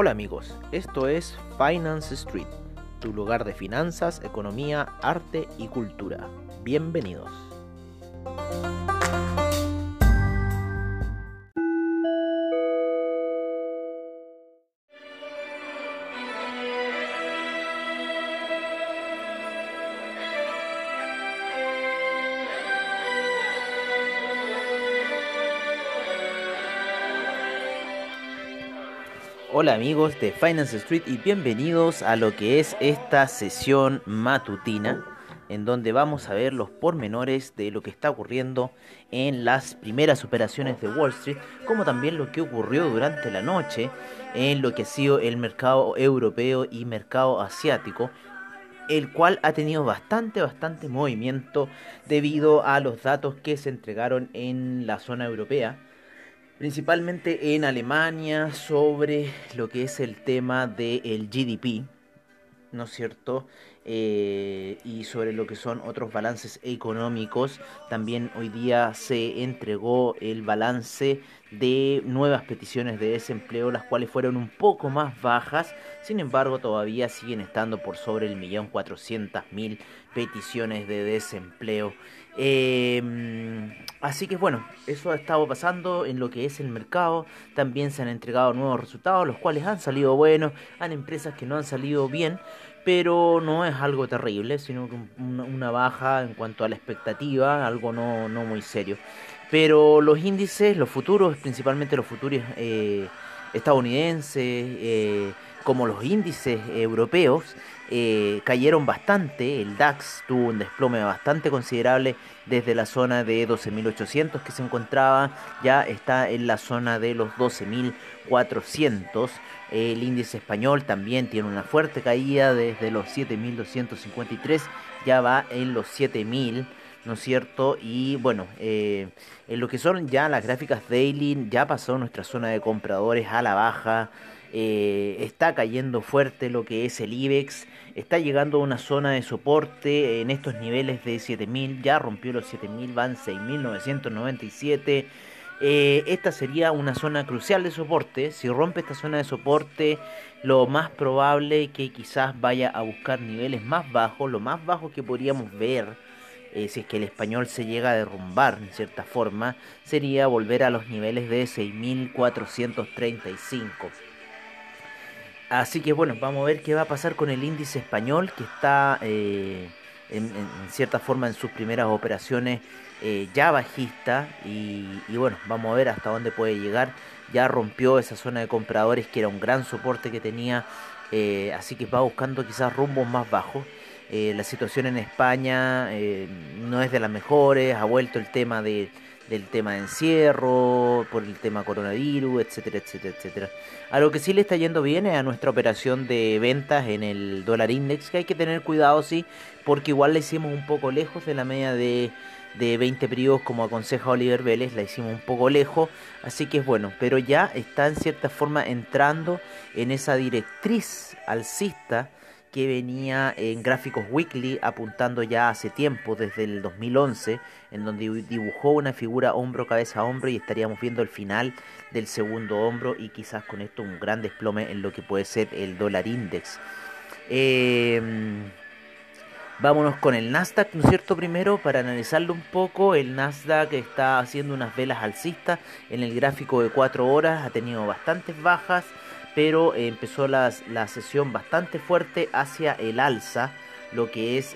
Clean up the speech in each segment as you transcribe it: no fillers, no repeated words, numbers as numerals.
Hola amigos, esto es Finance Street, tu lugar de finanzas, economía, arte y cultura. Bienvenidos. Hola amigos de Finance Street y bienvenidos a lo que es esta sesión matutina en donde vamos a ver los pormenores de lo que está ocurriendo en las primeras operaciones de Wall Street, como también lo que ocurrió durante la noche en lo que ha sido el mercado europeo y mercado asiático, el cual ha tenido bastante movimiento debido a los datos que se entregaron en la zona europea, principalmente en Alemania, sobre lo que es el tema del GDP, ¿no es cierto? Y sobre lo que son otros balances económicos. También hoy día se entregó el balance de nuevas peticiones de desempleo, las cuales fueron un poco más bajas, sin embargo todavía siguen estando por sobre el 1.400.000 peticiones de desempleo. Así que bueno, eso ha estado pasando en lo que es el mercado. También se han entregado nuevos resultados, los cuales han salido buenos. Han empresas que no han salido bien, pero no es algo terrible, sino que una baja en cuanto a la expectativa, algo no muy serio. Pero los índices, los futuros, principalmente los futuros estadounidenses, como los índices europeos, cayeron bastante. El DAX tuvo un desplome bastante considerable desde la zona de 12.800 que se encontraba, ya está en la zona de los 12.400. El índice español también tiene una fuerte caída desde los 7.253, ya va en los 7.000, ¿no es cierto? Y bueno, en lo que son ya las gráficas daily, ya pasó nuestra zona de compradores a la baja. Está cayendo fuerte lo que es el IBEX, está llegando a una zona de soporte en estos niveles de 7.000, ya rompió los 7.000, van 6.997. Esta sería una zona crucial de soporte. Si rompe esta zona de soporte, lo más probable que quizás vaya a buscar niveles más bajos, lo más bajo que podríamos ver, si es que el español se llega a derrumbar en cierta forma, sería volver a los niveles de 6.435. Así que bueno, vamos a ver qué va a pasar con el índice español, que está en cierta forma en sus primeras operaciones ya bajista. Y bueno, vamos a ver hasta dónde puede llegar. Ya rompió esa zona de compradores que era un gran soporte que tenía, así que va buscando quizás rumbos más bajos. La situación en España no es de las mejores, ha vuelto el tema del tema de encierro, por el tema coronavirus, etcétera. A lo que sí le está yendo bien es a nuestra operación de ventas en el dólar index, que hay que tener cuidado, sí, porque igual la hicimos un poco lejos de la media de 20 periodos, como aconseja Oliver Vélez, la hicimos un poco lejos, así que es bueno, pero ya está en cierta forma entrando en esa directriz alcista que venía en gráficos weekly apuntando ya hace tiempo, desde el 2011, en donde dibujó una figura hombro, cabeza, hombro, y estaríamos viendo el final del segundo hombro y quizás con esto un gran desplome en lo que puede ser el dólar index. Eh, Vámonos con el Nasdaq, ¿no es cierto? Primero, para analizarlo un poco, el Nasdaq está haciendo unas velas alcistas en el gráfico de 4 horas, ha tenido bastantes bajas, pero empezó la sesión bastante fuerte hacia el alza, lo que es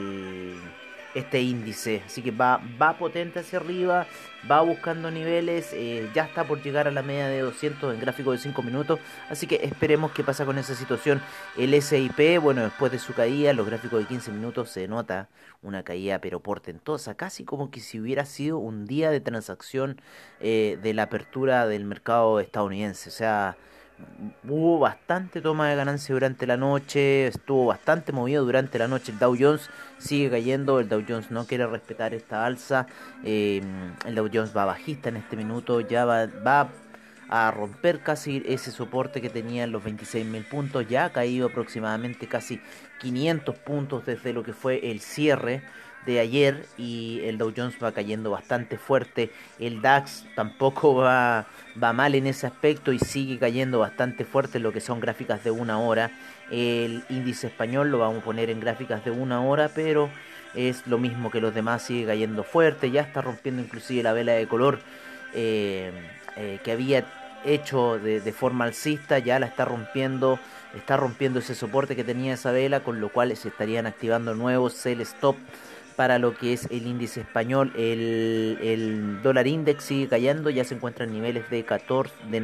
este índice. Así que va potente hacia arriba, va buscando niveles, ya está por llegar a la media de 200 en gráfico de 5 minutos, así que esperemos qué pasa con esa situación. El SIP, bueno, después de su caída, los gráficos de 15 minutos se nota una caída pero portentosa, casi como que si hubiera sido un día de transacción de la apertura del mercado estadounidense. O sea, hubo bastante toma de ganancia durante la noche, estuvo bastante movido durante la noche. El Dow Jones sigue cayendo, el Dow Jones no quiere respetar esta alza, el Dow Jones va bajista en este minuto, ya va a romper casi ese soporte que tenía en los 26.000 puntos, ya ha caído aproximadamente casi 500 puntos desde lo que fue el cierre de ayer y el Dow Jones va cayendo bastante fuerte. El DAX tampoco va mal en ese aspecto y sigue cayendo bastante fuerte en lo que son gráficas de una hora. El índice español lo vamos a poner en gráficas de una hora, pero es lo mismo que los demás, sigue cayendo fuerte, ya está rompiendo inclusive la vela de color eh, que había hecho de forma alcista, ya la está rompiendo ese soporte que tenía esa vela, con lo cual se estarían activando nuevos sell stop para lo que es el índice español. El dólar index sigue cayendo, ya se encuentra en niveles de 14, de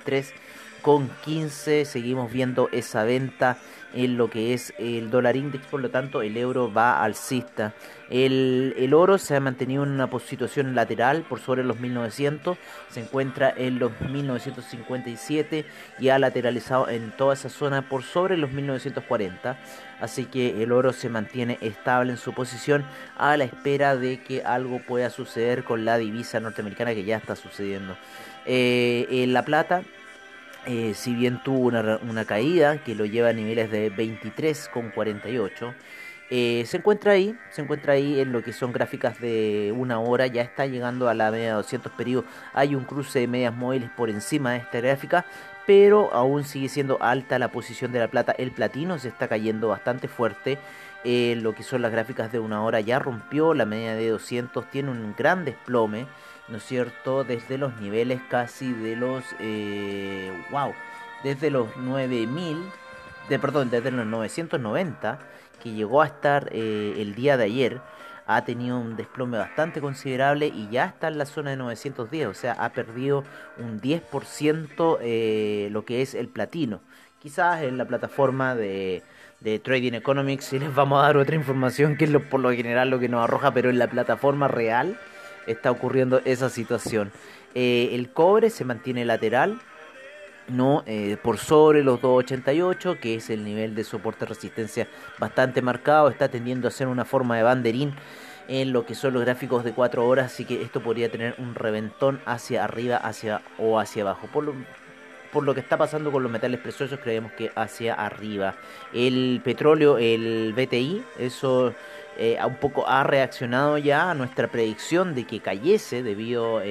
93,15. Seguimos viendo esa venta en lo que es el dólar index, por lo tanto el euro va alcista. El oro se ha mantenido en una situación lateral por sobre los 1900, se encuentra en los 1957 y ha lateralizado en toda esa zona por sobre los 1940. Así que el oro se mantiene estable en su posición a la espera de que algo pueda suceder con la divisa norteamericana, que ya está sucediendo. En la plata, si bien tuvo una caída que lo lleva a niveles de 23,48, se encuentra ahí en lo que son gráficas de una hora, ya está llegando a la media de 200 periodos, hay un cruce de medias móviles por encima de esta gráfica, pero aún sigue siendo alta la posición de la plata. El platino se está cayendo bastante fuerte, lo que son las gráficas de una hora ya rompió la media de 200, tiene un gran desplome, ¿no es cierto? Desde los niveles casi de los, desde los 9000, perdón, desde los 990, que llegó a estar el día de ayer, ha tenido un desplome bastante considerable y ya está en la zona de 910, o sea, ha perdido un 10% lo que es el platino. Quizás en la plataforma de Trading Economics si les vamos a dar otra información que es por lo general lo que nos arroja, pero en la plataforma real está ocurriendo esa situación. El cobre se mantiene lateral, no por sobre los 288, que es el nivel de soporte resistencia bastante marcado, está tendiendo a ser una forma de banderín en lo que son los gráficos de 4 horas, así que esto podría tener un reventón hacia arriba o hacia abajo. Por lo que está pasando con los metales preciosos, creemos que hacia arriba. El petróleo, el BTI, eso un poco ha reaccionado ya a nuestra predicción de que cayese debido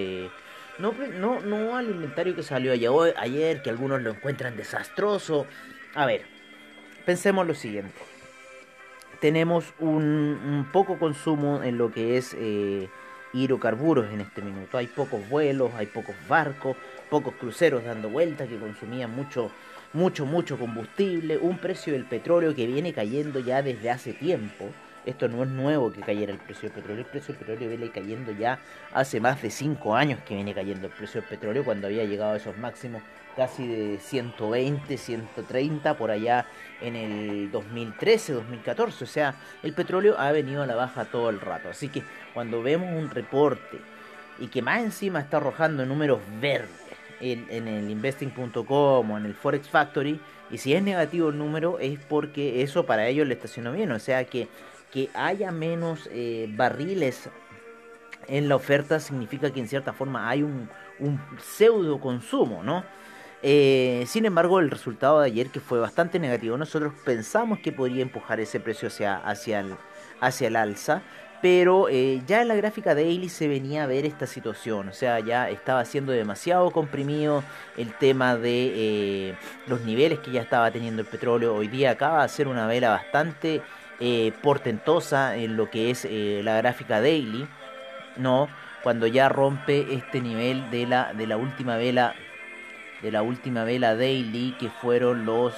no al inventario que salió ayer, que algunos lo encuentran desastroso. A ver, pensemos lo siguiente. Tenemos un poco consumo en lo que es hidrocarburos en este minuto. Hay pocos vuelos, hay pocos barcos, pocos cruceros dando vueltas que consumían mucho combustible. Un precio del petróleo que viene cayendo ya desde hace tiempo. Esto no es nuevo que cayera el precio del petróleo. El precio del petróleo viene cayendo ya hace más de 5 años que viene cayendo el precio del petróleo, cuando había llegado a esos máximos casi de 120, 130 por allá en el 2013, 2014. O sea, el petróleo ha venido a la baja todo el rato. Así que cuando vemos un reporte y que más encima está arrojando números verdes en el investing.com o en el Forex Factory, y si es negativo el número es porque eso para ellos le estacionó bien. O sea, que haya menos barriles en la oferta significa que en cierta forma hay un pseudo consumo, ¿no? Sin embargo, el resultado de ayer, que fue bastante negativo, nosotros pensamos que podría empujar ese precio hacia el alza, pero ya en la gráfica daily se venía a ver esta situación, o sea, ya estaba siendo demasiado comprimido el tema de los niveles que ya estaba teniendo el petróleo. Hoy día acaba de hacer una vela bastante portentosa en lo que es la gráfica daily, ¿no? Cuando ya rompe este nivel de la última vela daily, que fueron los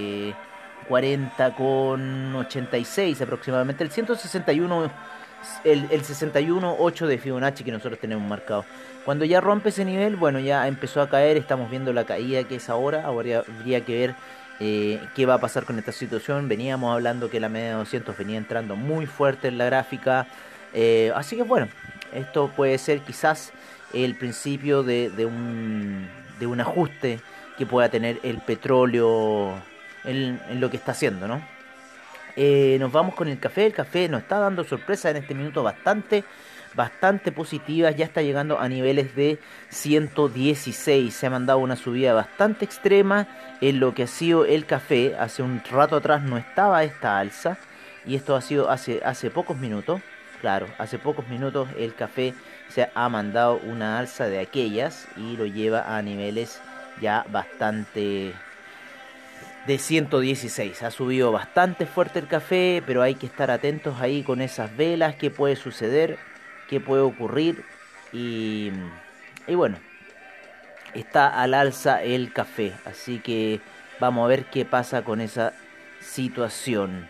40,86 aproximadamente, el 161, el 61,8 de Fibonacci que nosotros tenemos marcado. Cuando ya rompe ese nivel, bueno, ya empezó a caer, estamos viendo la caída que es ahora. Habría que ver qué va a pasar con esta situación. Veníamos hablando que la media de 200 venía entrando muy fuerte en la gráfica, así que bueno, esto puede ser quizás el principio de un ajuste que pueda tener el petróleo en lo que está haciendo, ¿no? Nos vamos con el café. El café nos está dando sorpresas en este minuto bastante positivas. Ya está llegando a niveles de 116. Se ha mandado una subida bastante extrema en lo que ha sido el café. Hace un rato atrás no estaba esta alza, y esto ha sido hace pocos minutos. claro, hace pocos minutos el café se ha mandado una alza de aquellas y lo lleva a niveles ya bastante de 116. Ha subido bastante fuerte el café, pero hay que estar atentos ahí con esas velas, qué puede suceder, qué puede ocurrir. Y, y bueno, está al alza el café, así que vamos a ver qué pasa con esa situación.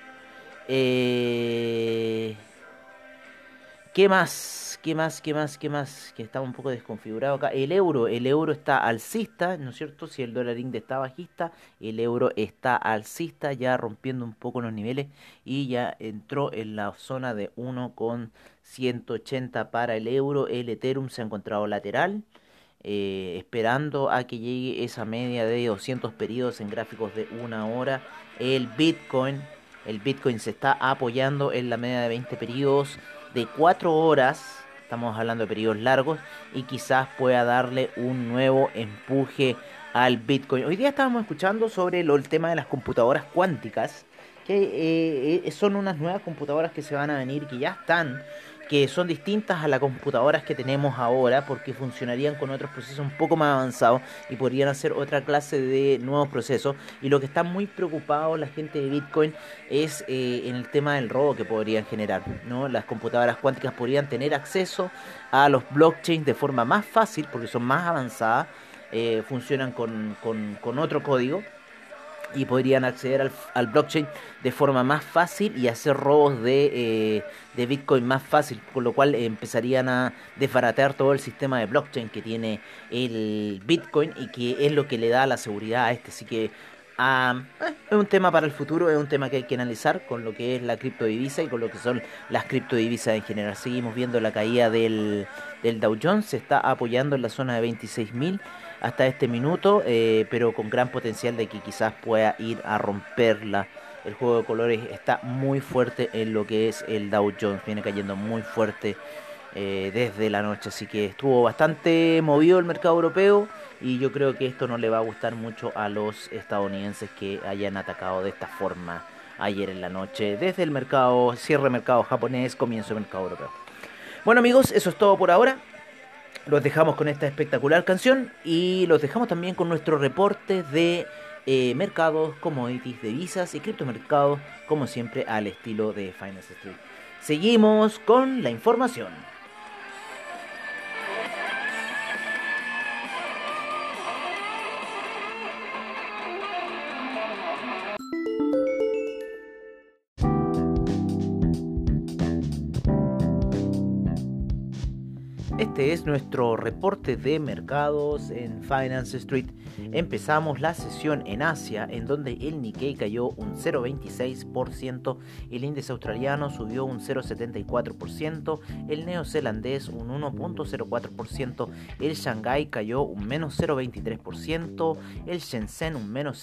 Eh, ¿Qué más? ¿Qué más? ¿Qué más? ¿Qué más? Que está un poco desconfigurado acá. El euro está alcista, ¿no es cierto? Si el dólar index está bajista, el euro está alcista, ya rompiendo un poco los niveles y ya entró en la zona de 1,180 para el euro. El Ethereum se ha encontrado lateral, esperando a que llegue esa media de 200 periodos en gráficos de una hora. El Bitcoin, el Bitcoin se está apoyando en la media de 20 periodos de 4 horas. Estamos hablando de periodos largos y quizás pueda darle un nuevo empuje al Bitcoin. Hoy día estábamos escuchando sobre el tema de las computadoras cuánticas, que son unas nuevas computadoras que se van a venir, que ya están, que son distintas a las computadoras que tenemos ahora porque funcionarían con otros procesos un poco más avanzados y podrían hacer otra clase de nuevos procesos. Y lo que está muy preocupado la gente de Bitcoin es en el tema del robo que podrían generar, ¿no? Las computadoras cuánticas podrían tener acceso a los blockchains de forma más fácil porque son más avanzadas, funcionan con otro código y podrían acceder al blockchain de forma más fácil y hacer robos de Bitcoin más fácil, con lo cual empezarían a desbaratar todo el sistema de blockchain que tiene el Bitcoin y que es lo que le da la seguridad a este. Así que es un tema para el futuro, es un tema que hay que analizar con lo que es la criptodivisa y con lo que son las criptodivisas en general. Seguimos viendo la caída del Dow Jones, se está apoyando en la zona de 26.000 hasta este minuto, pero con gran potencial de que quizás pueda ir a romperla. El juego de colores está muy fuerte en lo que es el Dow Jones, viene cayendo muy fuerte desde la noche, así que estuvo bastante movido el mercado europeo y yo creo que esto no le va a gustar mucho a los estadounidenses que hayan atacado de esta forma ayer en la noche, desde el mercado, cierre mercado japonés, comienzo mercado europeo. Bueno amigos, eso es todo por ahora. Los dejamos con esta espectacular canción y los dejamos también con nuestro reporte de mercados, commodities, divisas y criptomercados, como siempre al estilo de Finance Street. Seguimos con la información. Este es nuestro reporte de mercados en Finance Street. Empezamos la sesión en Asia, en donde el Nikkei cayó un 0,26%, el índice australiano subió un 0,74%, el neozelandés un 1,04%, el Shanghai cayó un menos 0,23%, el Shenzhen un menos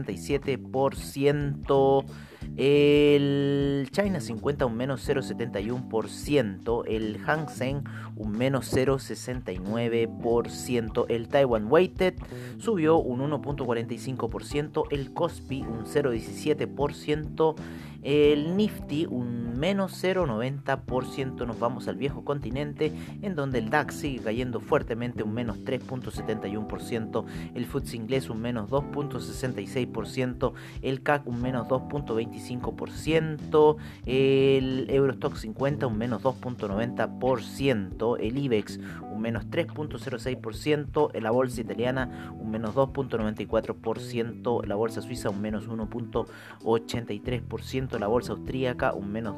0,67%, el China 50 un menos 0,71%, el Hang Seng un menos 0,69%, el Taiwan Weighted subió un 1,45%, el Kospi un 0,17%, el Nifty un menos 0,90%. Nos vamos al viejo continente, en donde el DAX sigue cayendo fuertemente, un menos 3,71%, el FTSE inglés un menos 2,66%, el CAC un menos 2,25%, el Eurostock 50 un menos 2,90%, el IBEX un menos 3,06%, la bolsa italiana un menos 2,94%, la bolsa suiza un menos 1,83%, la bolsa austríaca un menos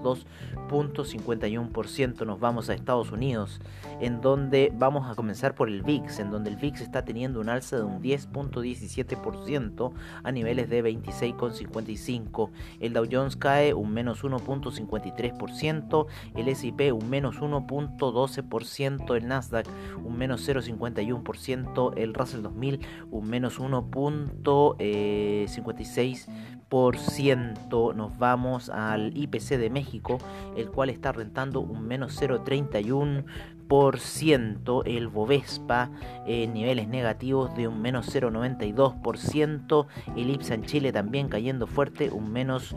2,51%. Nos vamos a Estados Unidos, en donde vamos a comenzar por el VIX, en donde el VIX está teniendo un alza de un 10,17% a niveles de 26,55. El Dow Jones cae un menos 1,53%, el S&P un menos 1,12%, el Nasdaq un menos 0,51%, el Russell 2000 un menos 1,56%. Nos vamos vamos al IPC de México, el cual está rentando un menos 0,31%, el Bovespa en niveles negativos de un menos 0,92%, el IPSA en Chile también cayendo fuerte, un menos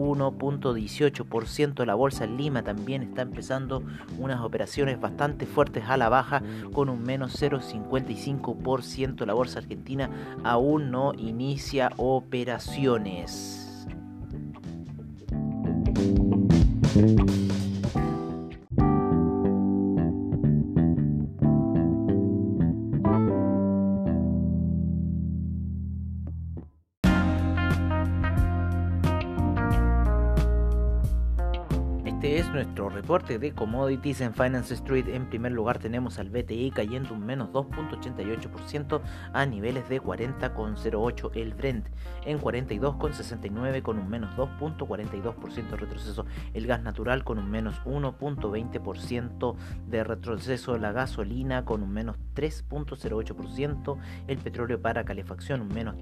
1,18%, la bolsa en Lima también está empezando unas operaciones bastante fuertes a la baja con un menos 0,55%, la bolsa argentina aún no inicia operaciones. Este es nuestro reporte de commodities en Finance Street. En primer lugar tenemos al BTI cayendo un menos 2,88% a niveles de 40,08. El Brent en 42,69 con un menos 2,42% de retroceso. El gas natural con un menos 1,20% de retroceso. La gasolina con un menos 3,08%. El petróleo para calefacción un menos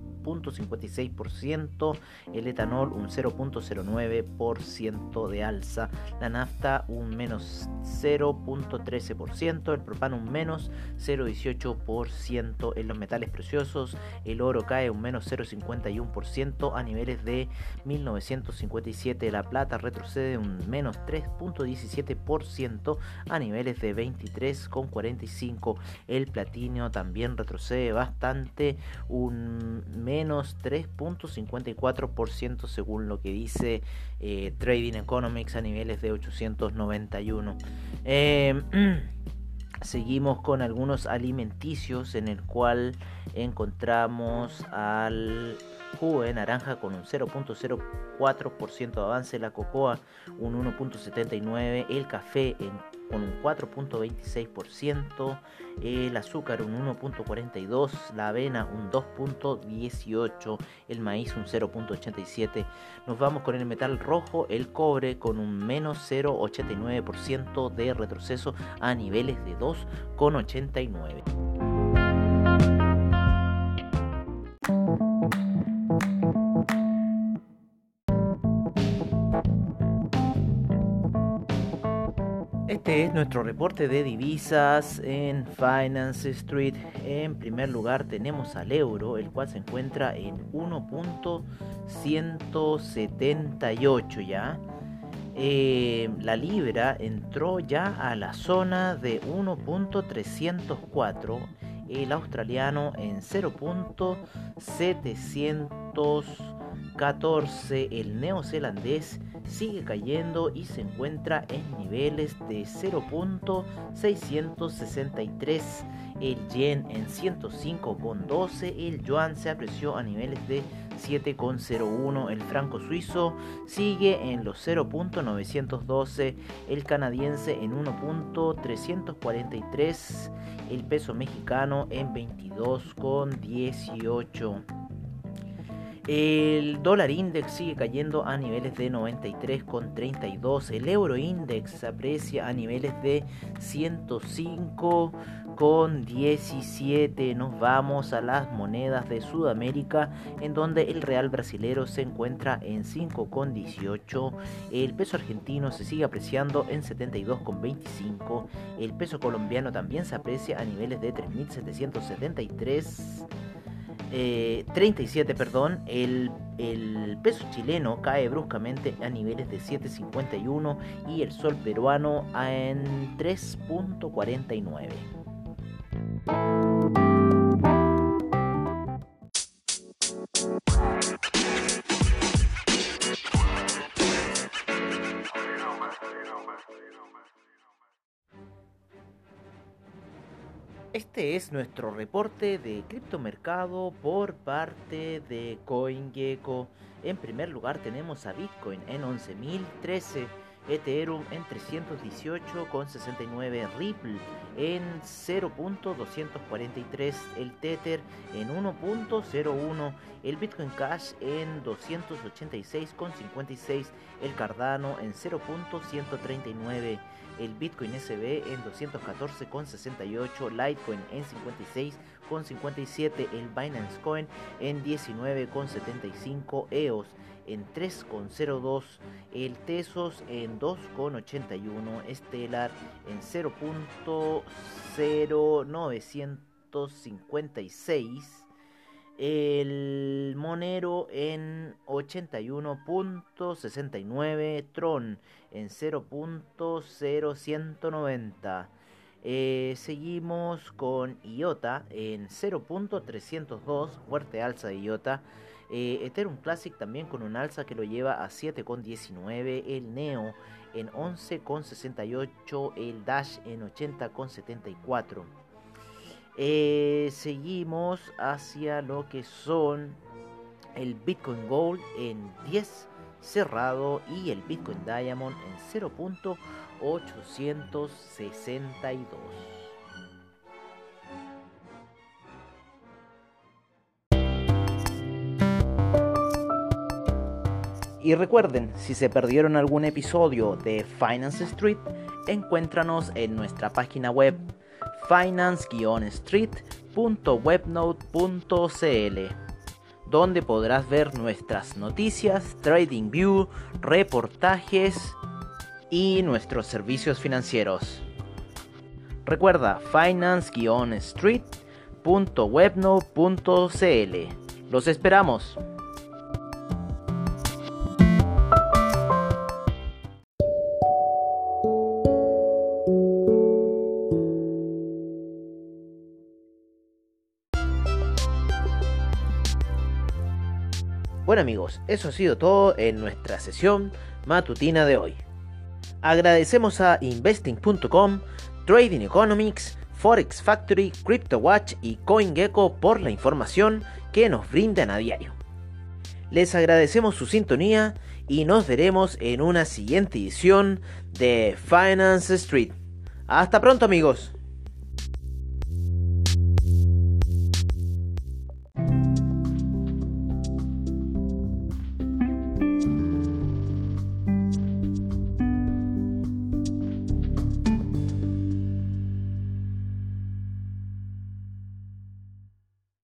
3,56%, el etanol un 0,09% de alza, la nafta un menos 0,13%, el propano un menos 0,18%, en los metales preciosos el oro cae un menos 0,51% a niveles de 1957, la plata retrocede un menos 3,17% a niveles de 23,45%, el platino también retrocede bastante, un menos 3,54% según lo que dice Trading Economics a niveles de 891. Seguimos con algunos alimenticios en el cual encontramos al jugo de naranja con un 0,04% de avance, la cocoa un 1,79%, el café con un 4,26%, el azúcar un 1,42%, la avena un 2,18%, el maíz un 0,87%. Nos vamos con el metal rojo, el cobre con un menos 0,89% de retroceso a niveles de 2,89%. Este es nuestro reporte de divisas en Finance Street. En primer lugar tenemos al euro, el cual se encuentra en 1,178 ya. La libra entró ya a la zona de 1,304. El australiano en 0,714. El neozelandés sigue cayendo y se encuentra en niveles de 0,663. El yen en 105,12. El yuan se apreció a niveles de 7,01. El franco suizo sigue en los 0,912. El canadiense en 1,343. El peso mexicano en 22,18. El dólar index sigue cayendo a niveles de 93,32. El euro index se aprecia a niveles de 105,17. Nos vamos a las monedas de Sudamérica, en donde el real brasilero se encuentra en 5,18. El peso argentino se sigue apreciando en 72,25. El peso colombiano también se aprecia a niveles de 3.773. 37, perdón. El peso chileno cae bruscamente a niveles de 7,51 y el sol peruano en 3,49. Este es nuestro reporte de criptomercado por parte de CoinGecko. En primer lugar tenemos a Bitcoin en 11.013, Ethereum en 318,69, Ripple en 0.243, el Tether en 1.01, el Bitcoin Cash en 286,56, el Cardano en 0.139, el Bitcoin SB en 214,68, Litecoin en 56,57, el Binance Coin en 19,75, EOS en 3,02, el Tesos en 2,81, Stellar en 0,0956, el Monero en 81,69, Tron en 0,0190. Seguimos con IOTA en 0,302, fuerte alza de IOTA. Ethereum Classic también con un alza que lo lleva a 7,19, el Neo en 11,68, el Dash en 80,74. Seguimos hacia lo que son el Bitcoin Gold en 10 cerrado y el Bitcoin Diamond en 0,862. Y recuerden, si se perdieron algún episodio de Finance Street, encuéntranos en nuestra página web finance-street.webnode.cl, donde podrás ver nuestras noticias, TradingView, reportajes y nuestros servicios financieros. Recuerda finance-street.webnode.cl. Los esperamos. Bueno amigos, eso ha sido todo en nuestra sesión matutina de hoy. Agradecemos a Investing.com, Trading Economics, Forex Factory, CryptoWatch y CoinGecko por la información que nos brindan a diario. Les agradecemos su sintonía y nos veremos en una siguiente edición de Finance Street. Hasta pronto amigos.